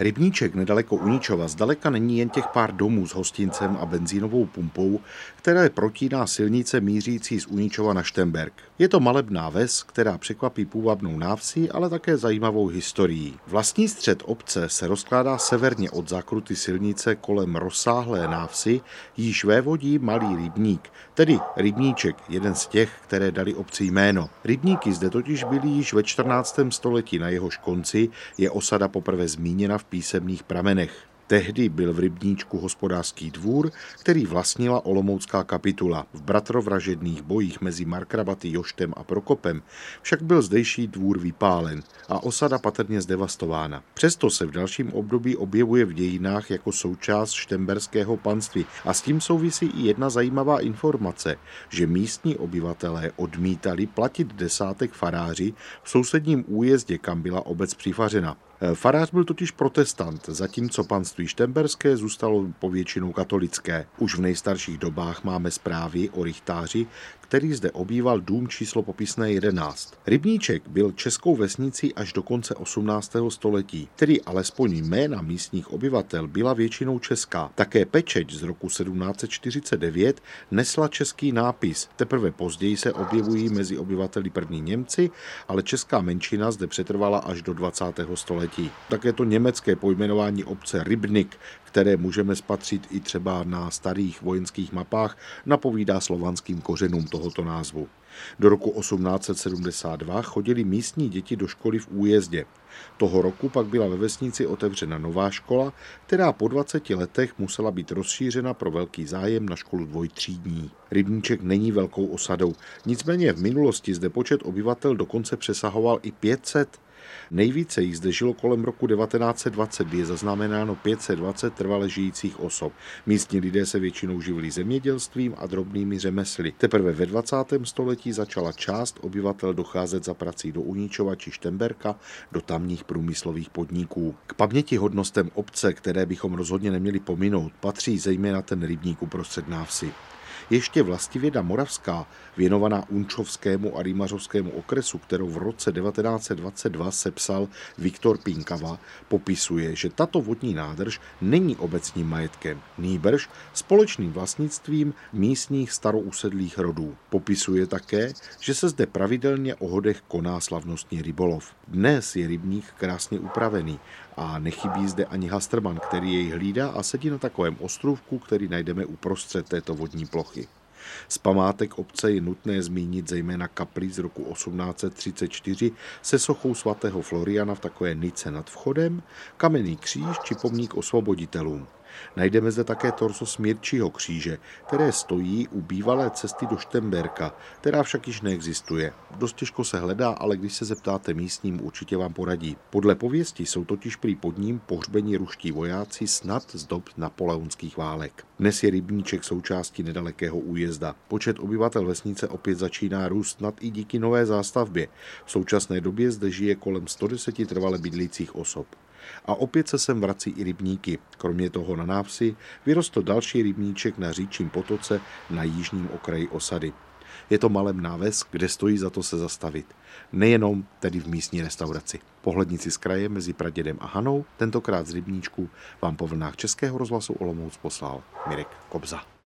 Rybníček nedaleko Uničova zdaleka není jen těch pár domů s hostincem a benzínovou pumpou, které protíná silnice mířící z Uničova na Šternberk. Je to malebná ves, která překvapí půvabnou návsi, ale také zajímavou historií. Vlastní střed obce se rozkládá severně od zákruty silnice kolem rozsáhlé návsi, jíž vévodí Malý rybník, tedy rybníček, jeden z těch, které dali obci jméno. Rybníky zde totiž byly již ve 14. století, na jehož konci je osada poprvé zmíněna v písemných pramenech. Tehdy byl v rybníčku hospodářský dvůr, který vlastnila olomoucká kapitula. V bratrovražedných bojích mezi markrabaty Joštem a Prokopem však byl zdejší dvůr vypálen a osada patrně zdevastována. Přesto se v dalším období objevuje v dějinách jako součást šternberského panství a s tím souvisí i jedna zajímavá informace, že místní obyvatelé odmítali platit desátek faráři v sousedním újezdě, kam byla obec přifařena. Farář byl totiž protestant, zatímco panství šternberské zůstalo povětšinou katolické. Už v nejstarších dobách máme zprávy o rychtáři, který zde obýval dům číslo popisné 11. Rybníček byl českou vesnicí až do konce 18. století, tedy alespoň jména místních obyvatel byla většinou česká. Také pečeť z roku 1749 nesla český nápis, teprve později se objevují mezi obyvateli první Němci, ale česká menšina zde přetrvala až do 20. století. Také to německé pojmenování obce Rybnik, které můžeme spatřit i třeba na starých vojenských mapách, napovídá slovanským kořenům tohoto názvu. Do roku 1872 chodili místní děti do školy v Újezdě. Toho roku pak byla ve vesnici otevřena nová škola, která po 20 letech musela být rozšířena pro velký zájem na školu dvojtřídní. Rybníček není velkou osadou, nicméně v minulosti zde počet obyvatel dokonce přesahoval i 500. Nejvíce jich zde žilo kolem roku 1920, kdy je zaznamenáno 520 trvale žijících osob. Místní lidé se většinou živili zemědělstvím a drobnými řemesly. Teprve ve 20. století začala část obyvatel docházet za prací do Uničova či Šternberka, do tamních průmyslových podniků. K pamětihodnostem obce, které bychom rozhodně neměli pominout, patří zejména ten rybník uprostřed návsi. Ještě vlastivěda moravská, věnovaná unčovskému a rýmařovskému okresu, kterou v roce 1922 sepsal Viktor Pinkava, popisuje, že tato vodní nádrž není obecním majetkem, nýbrž společným vlastnictvím místních starousedlých rodů. Popisuje také, že se zde pravidelně o hodech koná slavnostní rybolov. Dnes je rybník krásně upravený a nechybí zde ani hastrman, který jej hlídá a sedí na takovém ostrůvku, který najdeme uprostřed této vodní plochy. Z památek obce je nutné zmínit zejména kapli z roku 1834 se sochou svatého Floriana v takové nice nad vchodem, kamenný kříž či pomník osvoboditelům. Najdeme zde také torzo Smírčího kříže, které stojí u bývalé cesty do Šternberka, která však již neexistuje. Dost těžko se hledá, ale když se zeptáte místním, určitě vám poradí. Podle pověsti jsou totiž prý pod ním pohřbeni ruští vojáci snad z dob napoleonských válek. Dnes je rybníček součástí nedalekého újezda. Počet obyvatel vesnice opět začíná růst snad i díky nové zástavbě. V současné době zde žije kolem 110 trvale bydlících osob. A opět se sem vrací i rybníky. Kromě toho na návsi vyrostl další rybníček na Říčím potoce na jižním okraji osady. Je to malebná ves, kde stojí za to se zastavit. Nejenom tedy v místní restauraci. Pohlednici z kraje mezi pradědem a Hanou, tentokrát z rybníčku, vám po vlnách Českého rozhlasu Olomouc poslal Mirek Kobza.